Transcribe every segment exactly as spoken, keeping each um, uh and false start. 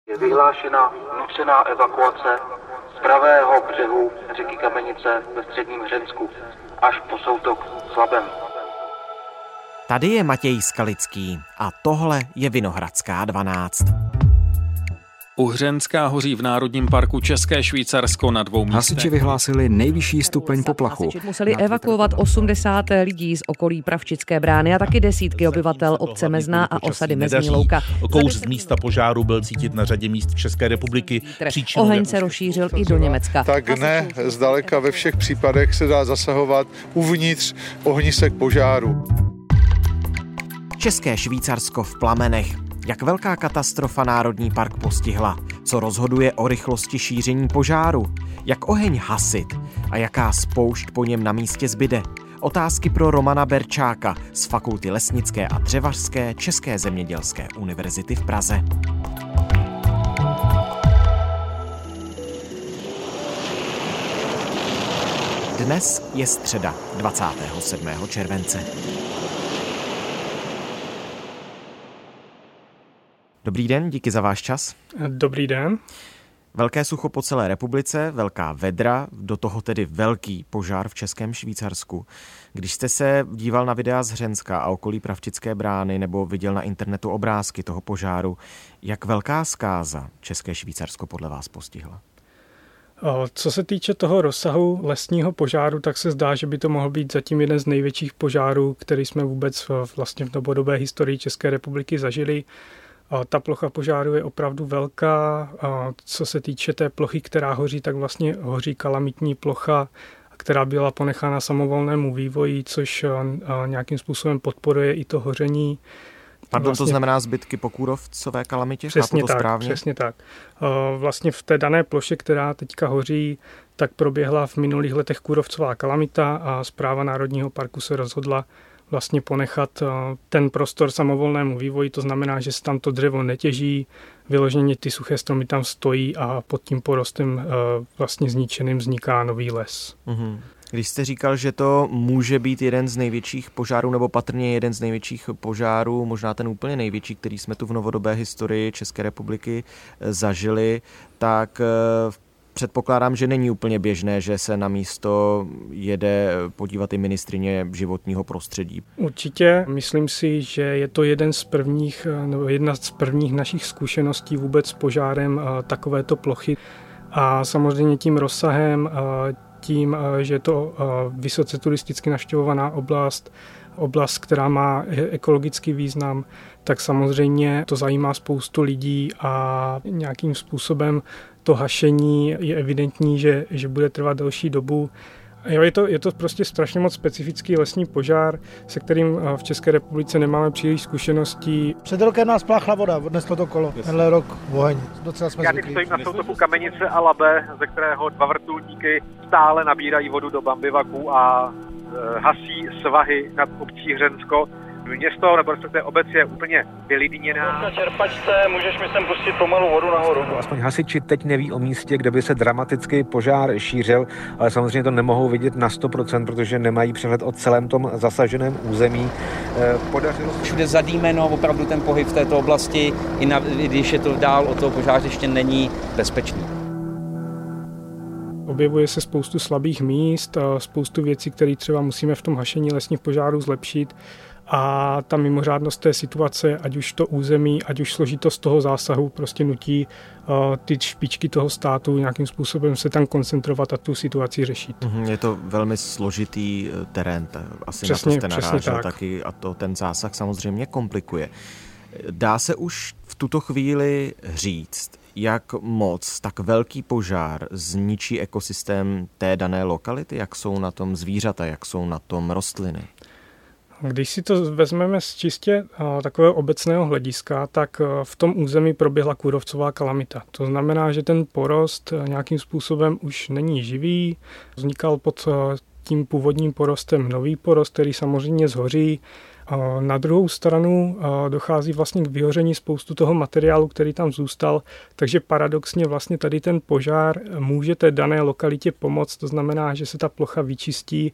Je vyhlášena nucená evakuace z pravého břehu řeky Kamenice ve středním Hřensku až po soutok s Labem. Tady je Matěj Skalický a tohle je Vinohradská dvanáct. U Hřenska hoří v Národním parku České Švýcarsko na dvou místech. Hasiči vyhlásili nejvyšší stupeň poplachu. Hasiči museli evakuovat osmdesát lidí z okolí Pravčické brány a taky desítky obyvatel obce Mezná a osady Mezní Louka. Kouř z místa požáru byl cítit na řadě míst v České republiky. Příčinu Oheň se rozšířil i do Německa. Tak ne, zdaleka ve všech případech se dá zasahovat uvnitř ohnisek požáru. České Švýcarsko v plamenech. Jak velká katastrofa Národní park postihla? Co rozhoduje o rychlosti šíření požáru? Jak oheň hasit? A jaká spoušť po něm na místě zbyde? Otázky pro Romana Berčáka z Fakulty lesnické a dřevařské České zemědělské univerzity v Praze. Dnes je středa, dvacátého sedmého července. Dobrý den, díky za váš čas. Dobrý den. Velké sucho po celé republice, velká vedra, do toho tedy velký požár v Českém Švýcarsku. Když jste se díval na videa z Hřenska a okolí Pravčické brány nebo viděl na internetu obrázky toho požáru, jak velká zkáza České Švýcarsko podle vás postihla? Co se týče toho rozsahu lesního požáru, tak se zdá, že by to mohl být zatím jeden z největších požárů, který jsme vůbec vlastně v novodobé historii České republiky zažili. Ta plocha požáru je opravdu velká. Co se týče té plochy, která hoří, tak vlastně hoří kalamitní plocha, která byla ponechána samovolnému vývoji, což nějakým způsobem podporuje i to hoření. Pardon, vlastně, to znamená zbytky po kůrovcové kalamitě? Přesně to tak, správně? přesně tak. Vlastně v té dané ploše, která teďka hoří, tak proběhla v minulých letech kůrovcová kalamita a Správa Národního parku se rozhodla vlastně ponechat ten prostor samovolnému vývoji, to znamená, že se tam to dřevo netěží, vyloženě ty suché stromy tam stojí a pod tím porostem vlastně zničeným vzniká nový les. Mm-hmm. Když jste říkal, že to může být jeden z největších požárů, nebo patrně jeden z největších požárů, možná ten úplně největší, který jsme tu v novodobé historii České republiky zažili, tak v předpokládám, že není úplně běžné, že se na místo jede podívat i ministryně životního prostředí. Určitě. Myslím si, že je to jeden z prvních, nebo jedna z prvních našich zkušeností vůbec s požárem takovéto plochy. A samozřejmě tím rozsahem, tím, že je to vysoce turisticky navštěvovaná oblast, oblast, která má ekologický význam, tak samozřejmě to zajímá spoustu lidí a nějakým způsobem to hašení je evidentní, že, že bude trvat delší dobu. Jo, je to, je to prostě strašně moc specifický lesní požár, se kterým v České republice nemáme příliš zkušeností. Před rokem nás pláchla voda, odneslo to kolo. Tenhle rok oheň. Docela jsme Já teď stojím na soutoku Kamenice a Labe, ze kterého dva vrtulníky stále nabírají vodu do bambivaků a e, hasí svahy nad obcí Hřensko. Město nebo respektive obec je úplně vylidněná. Na čerpačce můžeš mi sem pustit pomalu vodu nahoru. Aspoň hasiči teď neví o místě, kde by se dramaticky požár šířil, ale samozřejmě to nemohou vidět na sto procent, protože nemají přehled o celém tom zasaženém území. Podařilo se všude zadýmeno, opravdu ten pohyb v této oblasti, i, na, i když je to dál od toho požářiště, není bezpečný. Objevuje se spoustu slabých míst, spoustu věcí, které třeba musíme v tom hašení lesních požárů zlepšit. A ta mimořádnost té situace, ať už to území, ať už složitost toho zásahu, prostě nutí uh, ty špičky toho státu nějakým způsobem se tam koncentrovat a tu situaci řešit. Je to velmi složitý terén, asi přesně, na to jste narážel tak. taky a to ten zásah samozřejmě komplikuje. Dá se už v tuto chvíli říct, jak moc tak velký požár zničí ekosystém té dané lokality, jak jsou na tom zvířata, jak jsou na tom rostliny? Když si to vezmeme z čistě takového obecného hlediska, tak v tom území proběhla kůrovcová kalamita. To znamená, že ten porost nějakým způsobem už není živý, vznikal pod tím původním porostem nový porost, který samozřejmě zhoří. Na druhou stranu dochází vlastně k vyhoření spoustu toho materiálu, který tam zůstal, takže paradoxně vlastně tady ten požár může té dané lokalitě pomoct, to znamená, že se ta plocha vyčistí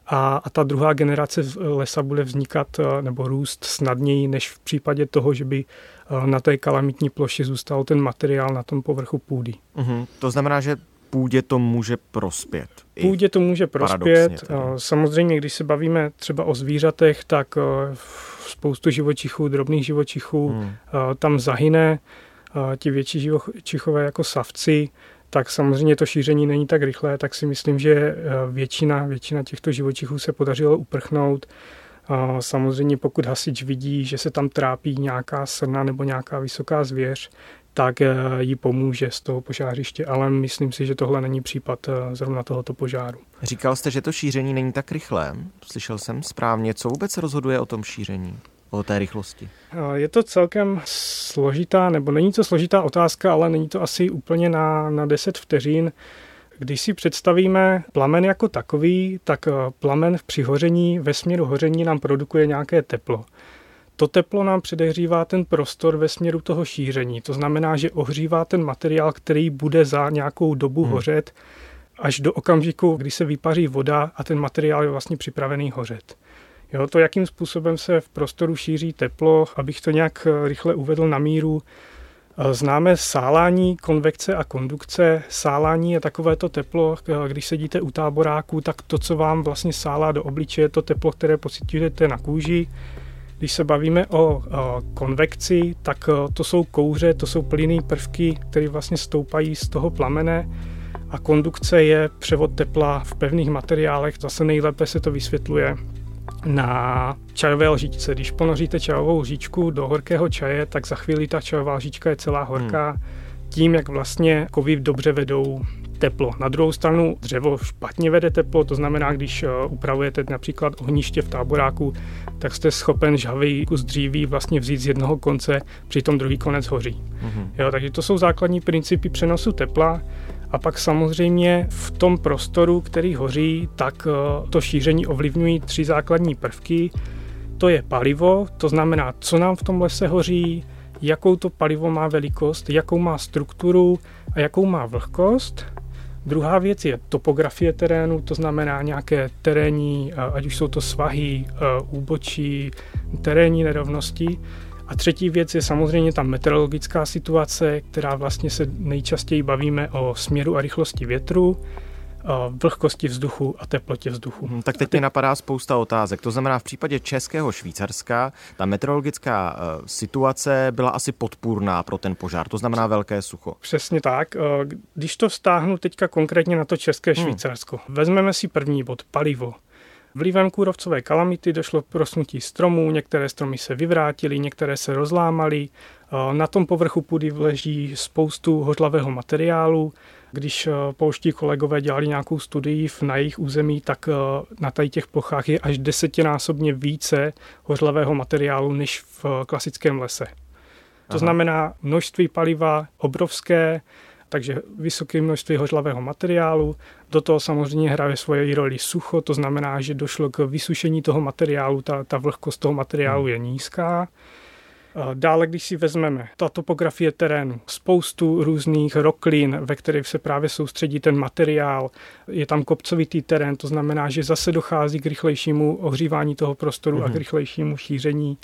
a, a ta druhá generace lesa bude vznikat nebo růst snadněji, než v případě toho, že by na té kalamitní ploše zůstal ten materiál na tom povrchu půdy. Uhum. To znamená, že půdě to může prospět. Půdě to může prospět. Samozřejmě, když se bavíme třeba o zvířatech, tak spoustu živočichů, drobných živočichů hmm. tam zahyne. Ti větší živočichové jako savci, tak samozřejmě to šíření není tak rychlé, tak si myslím, že většina, většina těchto živočichů se podařilo uprchnout. Samozřejmě pokud hasič vidí, že se tam trápí nějaká srna nebo nějaká vysoká zvěř, tak jí pomůže z toho požářiště, ale myslím si, že tohle není případ zrovna tohoto požáru. Říkal jste, že to šíření není tak rychlé. Slyšel jsem správně. Co vůbec rozhoduje o tom šíření? O té rychlosti? Je to celkem složitá, nebo není to složitá otázka, ale není to asi úplně na, na deset vteřin. Když si představíme plamen jako takový, tak plamen při hoření, ve směru hoření nám produkuje nějaké teplo. To teplo nám předehřívá ten prostor ve směru toho šíření. To znamená, že ohřívá ten materiál, který bude za nějakou dobu hmm. hořet, až do okamžiku, kdy se vypaří voda a ten materiál je vlastně připravený hořet. Jo, to, jakým způsobem se v prostoru šíří teplo, abych to nějak rychle uvedl na míru. Známe sálání, konvekce a kondukce. Sálání je takovéto teplo, když sedíte u táboráku, tak to, co vám vlastně sálá do obličeje, je to teplo, které pociťujete na kůži. Když se bavíme o konvekci, tak to jsou kouře, to jsou plynné prvky, které vlastně stoupají z toho plamene. A kondukce je převod tepla v pevných materiálech. Zase nejlépe se to vysvětluje na čajové lžičce. Když ponoříte čajovou lžičku do horkého čaje, tak za chvíli ta čajová lžička je celá horká. Hmm. Tím, jak vlastně kovy dobře vedou teplo. Na druhou stranu dřevo špatně vede teplo, to znamená, když upravujete například ohniště v táboráku, tak jste schopen žhavý kus dříví vlastně vzít z jednoho konce, přitom druhý konec hoří. Hmm. Jo, takže to jsou základní principy přenosu tepla. A pak samozřejmě v tom prostoru, který hoří, tak to šíření ovlivňují tři základní prvky. To je palivo, to znamená, co nám v tom lese hoří, jakou to palivo má velikost, jakou má strukturu a jakou má vlhkost. Druhá věc je topografie terénu, to znamená nějaké terénní, ať už jsou to svahy, úbočí, terénní nerovnosti. A třetí věc je samozřejmě ta meteorologická situace, která vlastně se nejčastěji bavíme o směru a rychlosti větru, vlhkosti vzduchu a teplotě vzduchu. Hmm, tak teď mi napadá spousta otázek. To znamená, v případě Českého Švýcarska ta meteorologická uh, situace byla asi podpůrná pro ten požár, to znamená velké sucho. Přesně tak. Když to vztáhnu teďka konkrétně na to České hmm. Švýcarsko, vezmeme si první bod, palivo. Vlivem kůrovcové kalamity došlo k prosnutí stromů, některé stromy se vyvrátily, některé se rozlámaly. Na tom povrchu půdy leží spoustu hořlavého materiálu. Když polští kolegové dělali nějakou studii na jejich území, tak na tady těch plochách je až desetinásobně více hořlavého materiálu než v klasickém lese. To Aha. znamená množství paliva obrovské, takže vysoké množství hořlavého materiálu. Do toho samozřejmě hraje svoje roli sucho, to znamená, že došlo k vysušení toho materiálu, ta, ta vlhkost toho materiálu je nízká. Dále, když si vezmeme ta topografie terénu, spoustu různých roklin, ve kterých se právě soustředí ten materiál, je tam kopcovitý terén, to znamená, že zase dochází k rychlejšímu ohřívání toho prostoru mm-hmm. a k rychlejšímu šíření.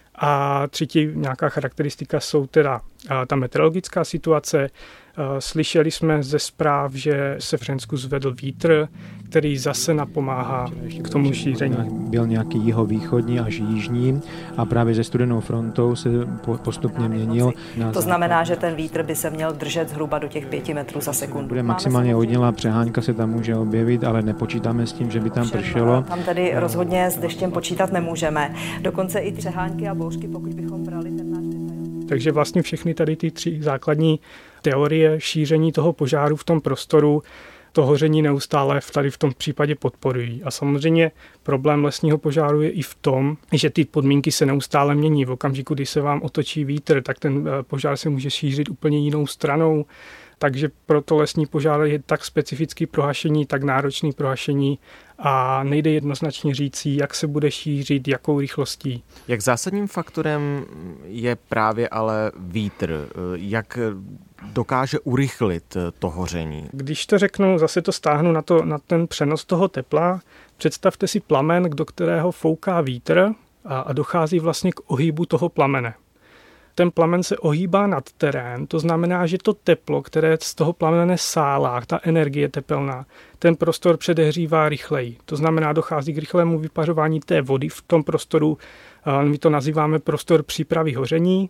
A třetí nějaká charakteristika jsou teda ta meteorologická situace. Slyšeli jsme ze zpráv, že se v Hřensku zvedl vítr, který zase napomáhá k tomu šíření. Byl nějaký jihovýchodní až jižní a právě se studenou frontou se postupně měnil. To znamená, že ten vítr by se měl držet zhruba do těch pěti metrů za sekundu. Bude maximálně odnělá přehánka se tam může objevit, ale nepočítáme s tím, že by tam pršelo. Tam tedy rozhodně s deštěm počítat nemůžeme. Dokonce i přehánky a bouřky, pokud bychom brali ten náš detail. Takže vlastně všechny tady ty tři základní teorie šíření toho požáru v tom prostoru to hoření neustále tady v tom případě podporují. A samozřejmě problém lesního požáru je i v tom, že ty podmínky se neustále mění. V okamžiku, kdy se vám otočí vítr, tak ten požár se může šířit úplně jinou stranou. Takže proto lesní požár je tak specifický pro hašení, tak náročný pro hašení a nejde jednoznačně říci, jak se bude šířit, jakou rychlostí. Jak zásadním faktorem je právě ale vítr? Jak dokáže urychlit to hoření? Když to řeknu, zase to stáhnu na, to, na ten přenos toho tepla, představte si plamen, do kterého fouká vítr a, a dochází vlastně k ohybu toho plamene. Ten plamen se ohýbá nad terén, to znamená, že to teplo, které z toho plamene sálá, ta energie tepelná, ten prostor předehřívá rychleji. To znamená, dochází k rychlému vypařování té vody v tom prostoru, my to nazýváme prostor přípravy hoření,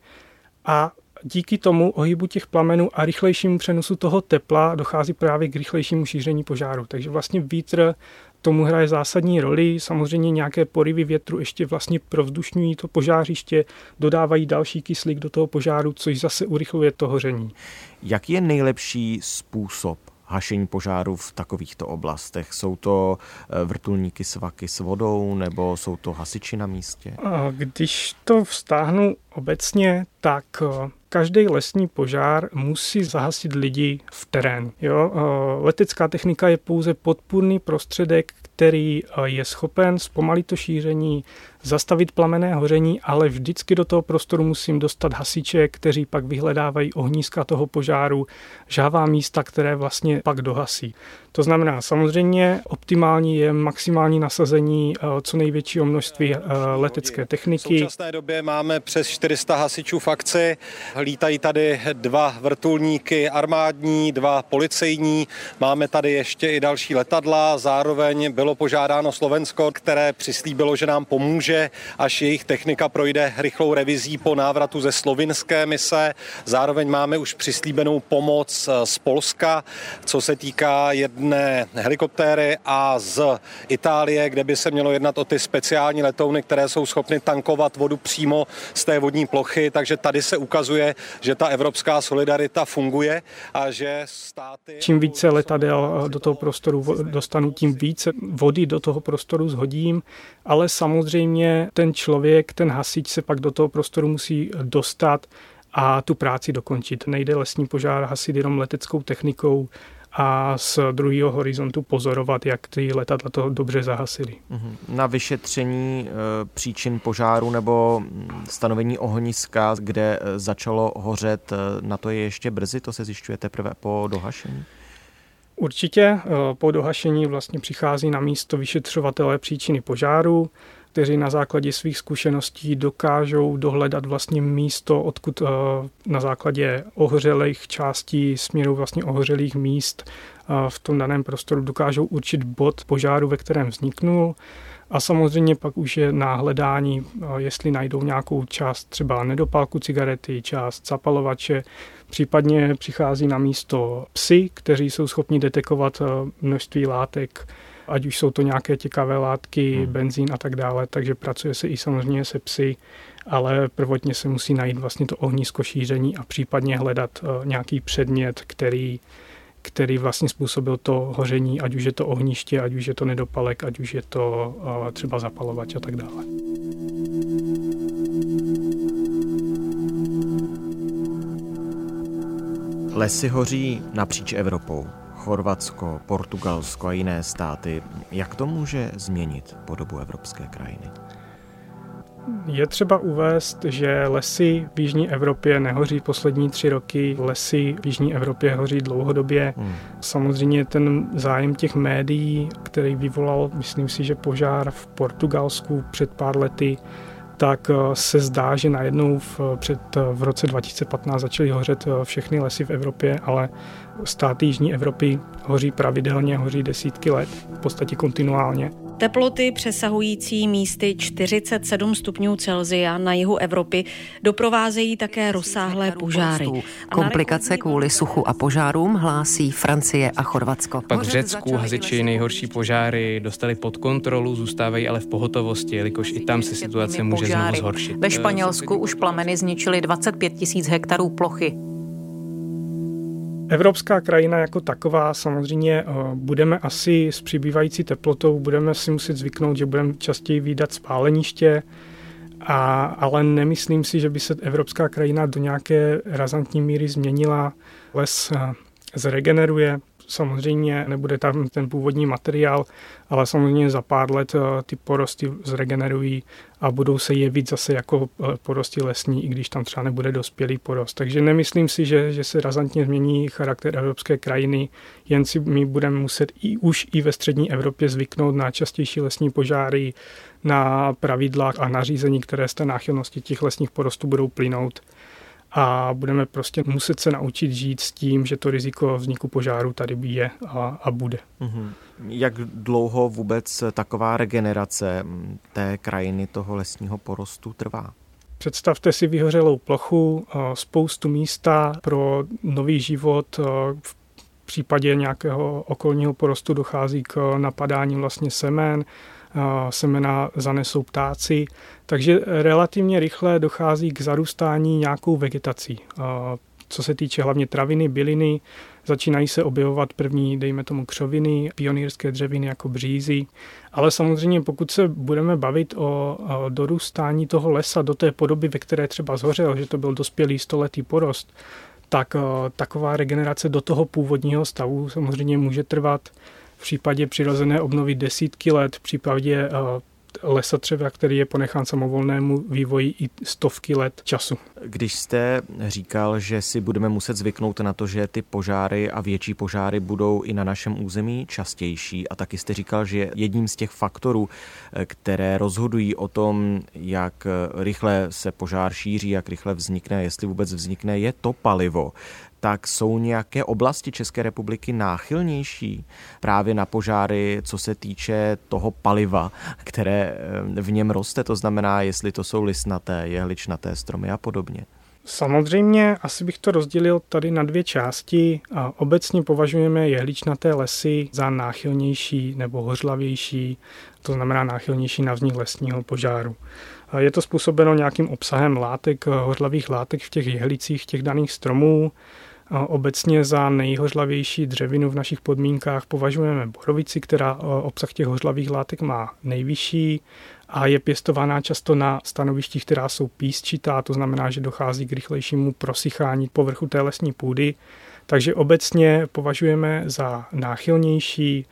a díky tomu ohybu těch plamenů a rychlejšímu přenosu toho tepla dochází právě k rychlejšímu šíření požáru. Takže vlastně vítr tomu hraje zásadní roli. Samozřejmě nějaké porivy větru ještě vlastně provzdušňují to požářiště, dodávají další kyslík do toho požáru, což zase urychluje to hoření. Jaký je nejlepší způsob hašení požáru v takovýchto oblastech? Jsou to vrtulníky svaky s vodou nebo jsou to hasiči na místě? Když to vztáhnu obecně, tak každý lesní požár musí zahasit lidi v terénu. Jo? Letecká technika je pouze podpůrný prostředek, který je schopen zpomalit to šíření, zastavit plamenné hoření, ale vždycky do toho prostoru musím dostat hasiče, kteří pak vyhledávají ohniska toho požáru, žhavá místa, které vlastně pak dohasí. To znamená, samozřejmě optimální je maximální nasazení co největšího množství letecké techniky. V současné době máme přes čtyři sta hasičů v akci. Lítají tady dva vrtulníky armádní, dva policejní. Máme tady ještě i další letadla. Zároveň bylo požádáno Slovensko, které přislíbilo, že nám pomůže, až jejich technika projde rychlou revizí po návratu ze slovinské mise. Zároveň máme už přislíbenou pomoc z Polska, co se týká jedné helikoptéry, a z Itálie, kde by se mělo jednat o ty speciální letouny, které jsou schopny tankovat vodu přímo z té vodní plochy. Takže tady se ukazuje, že ta evropská solidarita funguje a že státy... Čím více letadel do toho prostoru dostanu, tím více vody do toho prostoru shodím, ale samozřejmě ten člověk, ten hasič se pak do toho prostoru musí dostat a tu práci dokončit. Nejde lesní požár hasit jenom leteckou technikou a z druhého horizontu pozorovat, jak ty letadla to dobře zahasily. Na vyšetření e, příčin požáru nebo stanovení ohniska, kde e, začalo hořet, e, na to je ještě brzy, to se zjišťuje teprve po dohašení? Určitě e, po dohašení vlastně přichází na místo vyšetřovatelé příčiny požáru, kteří na základě svých zkušeností dokážou dohledat vlastně místo, odkud na základě ohořelých částí směru vlastně ohořelých míst v tom daném prostoru dokážou určit bod požáru, ve kterém vzniknul. A samozřejmě pak už je na hledání, jestli najdou nějakou část třeba nedopálku cigarety, část zapalovače. Případně přichází na místo psi, kteří jsou schopni detekovat množství látek, ať už jsou to nějaké těkavé látky, hmm. benzín a tak dále, takže pracuje se i samozřejmě se psy, ale prvotně se musí najít vlastně to ohnisko šíření a případně hledat uh, nějaký předmět, který, který vlastně způsobil to hoření, ať už je to ohniště, ať už je to nedopalek, ať už je to uh, třeba zapalovač a tak dále. Lesy hoří napříč Evropou. Chorvatsko, Portugalsko a jiné státy. Jak to může změnit podobu evropské krajiny? Je třeba uvést, že lesy v jižní Evropě nehoří poslední tři roky. Lesy v jižní Evropě hoří dlouhodobě. Hmm. Samozřejmě ten zájem těch médií, který vyvolal, myslím si, že požár v Portugalsku před pár lety, tak se zdá, že najednou v, před, v roce dva tisíce patnáct začaly hořet všechny lesy v Evropě, ale státy jižní Evropy hoří pravidelně, hoří desítky let, v podstatě kontinuálně. Teploty přesahující místy čtyřicet sedm stupňů Celsia na jihu Evropy doprovázejí také rozsáhlé požáry. Komplikace kvůli suchu a požárům hlásí Francie a Chorvatsko. Pak v Řecku hasiči nejhorší požáry dostali pod kontrolu, zůstávají ale v pohotovosti, jelikož i tam se situace může znovu zhoršit. Ve Španělsku už plameny zničily dvacet pět tisíc hektarů plochy. Evropská krajina jako taková, samozřejmě budeme asi s přibývající teplotou, budeme si muset zvyknout, že budeme častěji vídat spáleniště, a, ale nemyslím si, že by se evropská krajina do nějaké razantní míry změnila. Les zregeneruje, samozřejmě nebude tam ten původní materiál, ale samozřejmě za pár let ty porosty zregenerují a budou se jevit zase jako porosty lesní, i když tam třeba nebude dospělý porost. Takže nemyslím si, že, že se razantně změní charakter evropské krajiny, jen si my budeme muset i už i ve střední Evropě zvyknout na častější lesní požáry, na pravidla a nařízení, které z té náchylnosti těch lesních porostů budou plynout. A budeme prostě muset se naučit žít s tím, že to riziko vzniku požáru tady je a, a bude. Mm-hmm. Jak dlouho vůbec taková regenerace té krajiny, toho lesního porostu trvá? Představte si vyhořelou plochu, spoustu místa pro nový život. V případě nějakého okolního porostu dochází k napadání vlastně semen, semena zanesou ptáci, takže relativně rychle dochází k zarůstání nějakou vegetací. Co se týče hlavně traviny, byliny, začínají se objevovat první, dejme tomu, křoviny, pionýrské dřeviny jako břízy, ale samozřejmě pokud se budeme bavit o dorůstání toho lesa do té podoby, ve které třeba zhořel, že to byl dospělý stoletý porost, tak taková regenerace do toho původního stavu samozřejmě může trvat v případě přirozené obnovy desítky let, v případě lesa třeba, který je ponechán samovolnému vývoji, i stovky let času. Když jste říkal, že si budeme muset zvyknout na to, že ty požáry a větší požáry budou i na našem území častější, a taky jste říkal, že jedním z těch faktorů, které rozhodují o tom, jak rychle se požár šíří, jak rychle vznikne, jestli vůbec vznikne, je to palivo, tak jsou nějaké oblasti České republiky náchylnější právě na požáry, co se týče toho paliva, které v něm roste, to znamená, jestli to jsou listnaté, jehličnaté stromy a podobně. Samozřejmě asi bych to rozdělil tady na dvě části. Obecně považujeme jehličnaté lesy za náchylnější nebo hořlavější, to znamená náchylnější na vznik lesního požáru. Je to způsobeno nějakým obsahem látek, hořlavých látek v těch jehlicích těch daných stromů. Obecně za nejhořlavější dřevinu v našich podmínkách považujeme borovici, která obsah těch hořlavých látek má nejvyšší a je pěstovaná často na stanovištích, která jsou písčitá, to znamená, že dochází k rychlejšímu prosychání povrchu té lesní půdy. Takže obecně považujeme za náchylnější,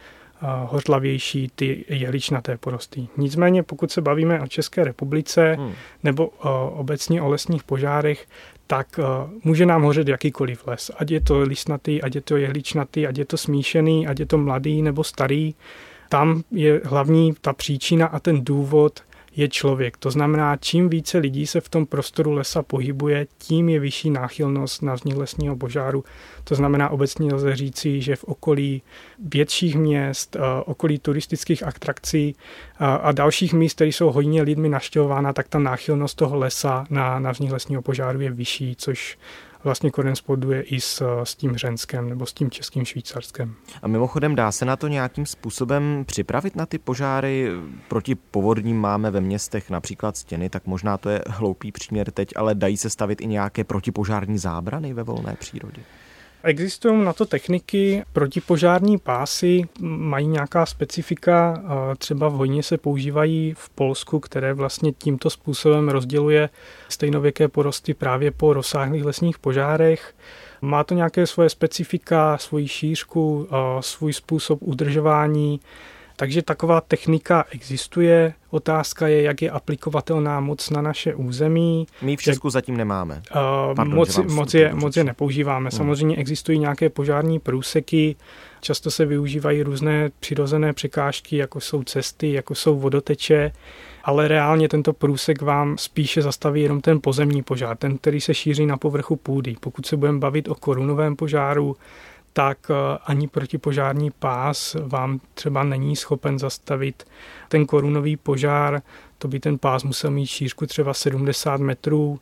hořlavější ty jehličnaté porosty. Nicméně, pokud se bavíme o České republice hmm. nebo obecně o lesních požárech, tak může nám hořet jakýkoliv les. Ať je to listnatý, ať je to jehličnatý, ať je to smíšený, ať je to mladý nebo starý. Tam je hlavní ta příčina a ten důvod je člověk. To znamená, čím více lidí se v tom prostoru lesa pohybuje, tím je vyšší náchylnost na vznik lesního požáru. To znamená, obecně lze říci, že v okolí větších měst, okolí turistických atrakcí a dalších míst, které jsou hodně lidmi navštěvována, tak ta náchylnost toho lesa na, na vznik lesního požáru je vyšší, což vlastně koresponduje i s, s tím Hřenskem nebo s tím českým Švýcarskem. A mimochodem dá se na to nějakým způsobem připravit na ty požáry? Proti povodním máme ve městech například stěny, tak možná to je hloupý příměr teď, ale dají se stavit i nějaké protipožární zábrany ve volné přírodě? Existují na to techniky, protipožární pásy mají nějaká specifika, třeba v hojně se používají v Polsku, které vlastně tímto způsobem rozděluje stejnověké porosty právě po rozsáhlých lesních požárech. Má to nějaké svoje specifika, svoji šířku, svůj způsob udržování, takže taková technika existuje. Otázka je, jak je aplikovatelná moc na naše území. My v Česku jak, zatím nemáme. Pardon, moc, moc, je, moc je nepoužíváme. Samozřejmě existují nějaké požární průseky, často se využívají různé přirozené překážky, jako jsou cesty, jako jsou vodoteče, ale reálně tento průsek vám spíše zastaví jenom ten pozemní požár, ten, který se šíří na povrchu půdy. Pokud se budeme bavit o korunovém požáru, tak ani protipožární pás vám třeba není schopen zastavit ten korunový požár. To by ten pás musel mít šířku třeba sedmdesát metrů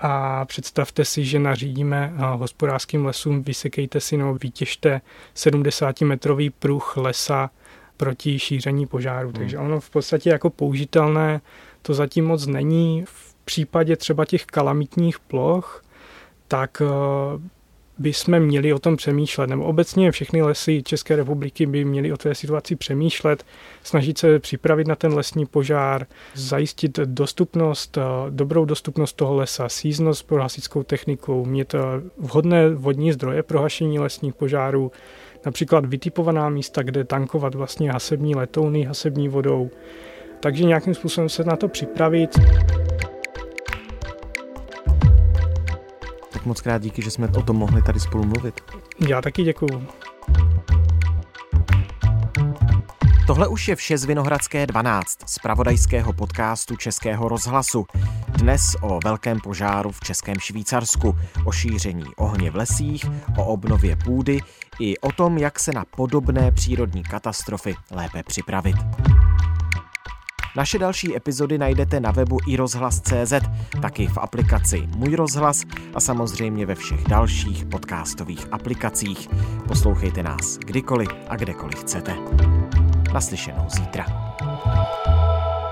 a představte si, že nařídíme hospodářským lesům, vysekejte si nebo vytěžte sedmdesátimetrový pruh lesa proti šíření požáru. Hmm. Takže ono v podstatě jako použitelné to zatím moc není. V případě třeba těch kalamitních ploch, tak by jsme měli o tom přemýšlet, nebo obecně všechny lesy České republiky by měly o té situaci přemýšlet, snažit se připravit na ten lesní požár, zajistit dostupnost, dobrou dostupnost toho lesa, síznost pro hasičskou technikou, mít vhodné vodní zdroje pro hašení lesních požárů, například vytipovaná místa, kde tankovat vlastně hasební letouny, hasební vodou. Takže nějakým způsobem se na to připravit. Tak moc krát díky, že jsme o tom mohli tady spolu mluvit. Já taky děkuju. Tohle už je vše z Vinohradské dvanáct, zpravodajského podcastu Českého rozhlasu. Dnes o velkém požáru v Českém Švýcarsku, o šíření ohně v lesích, o obnově půdy i o tom, jak se na podobné přírodní katastrofy lépe připravit. Naše další epizody najdete na webu i rozhlas tečka cé zet, taky v aplikaci Můj rozhlas a samozřejmě ve všech dalších podcastových aplikacích. Poslouchejte nás kdykoliv a kdekoliv chcete. Naslyšenou zítra.